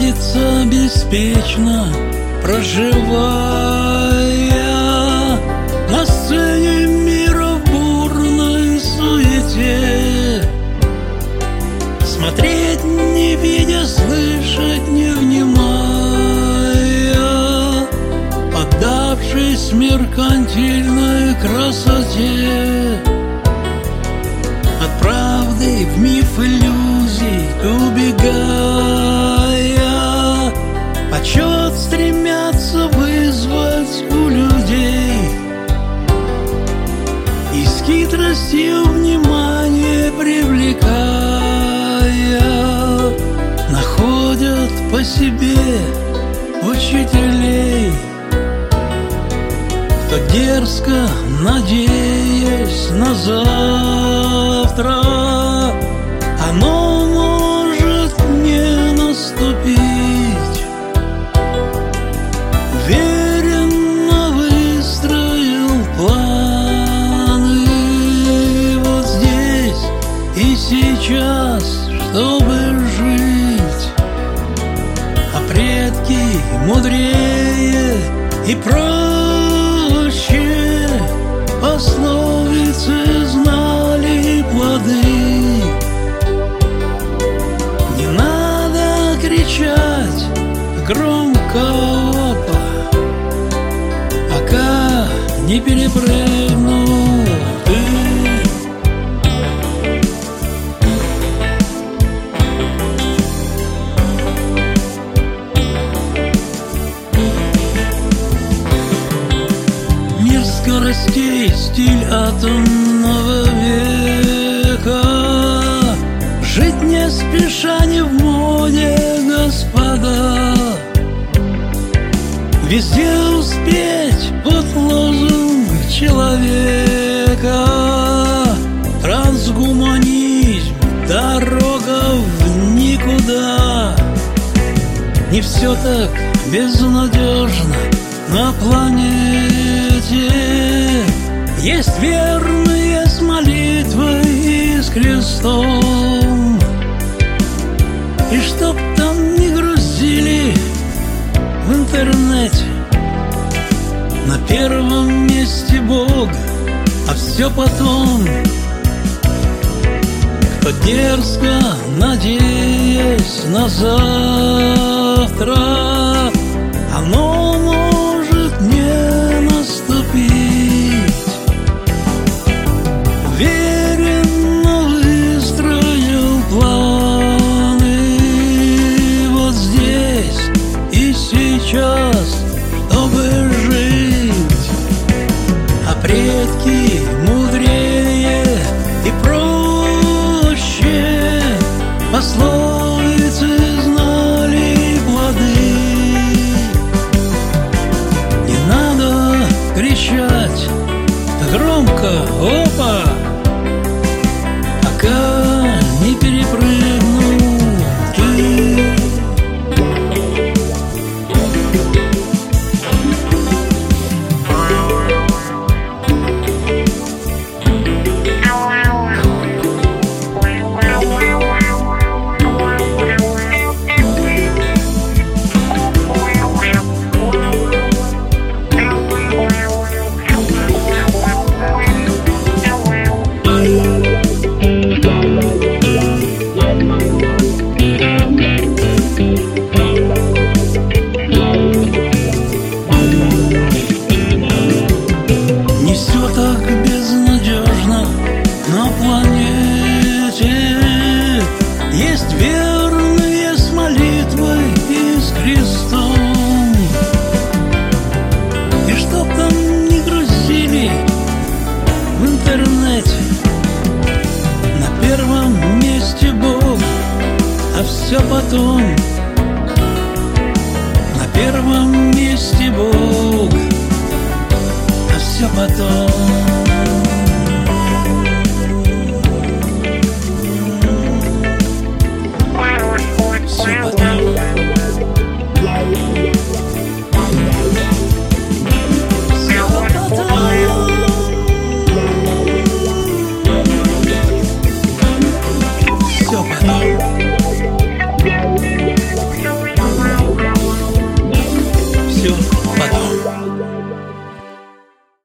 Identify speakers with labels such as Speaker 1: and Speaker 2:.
Speaker 1: трудится беспечно, проживая на сцене мира в бурной суете. Смотреть не видя, слышать не внимая, поддавшись меркантильной красоте. От правды в миф иллюзий убегая, почет стремятся вызвать у людей. И с хитростью внимание привлекая, находят по себе учителей. Кто дерзко, надеясь на завтра, оно может не наступить. Уверенно выстроил планы вот здесь и сейчас, чтобы жить. А предки мудрее и проще пословицы знали плоды. Не надо кричать громко, опа, пока не перепрыгнул ты. Мир скоростей, стиль атомного века. Жить не спеша, не в моде, господа. Везде успеть, вот лозунг человека. Трансгуманизм, дорога в никуда. Не все так безнадежно на планете. Есть верные с молитвой и с крестом. И чтоб там не грузили в интернете, на первом месте Бог, а все потом. Кто дерзко, надеясь на завтра, оно может не наступить. Уверенно выстроил планы вот здесь и сейчас, чтобы жить. А предки мудрее и проще пословицы знали плоды. Не надо кричать громко, опа, пока не перепрыгнул ты. Есть верные с молитвой и с крестом. И чтоб там не грузили в интернете, на первом месте Бог, а все потом. На первом месте Бог, а все потом.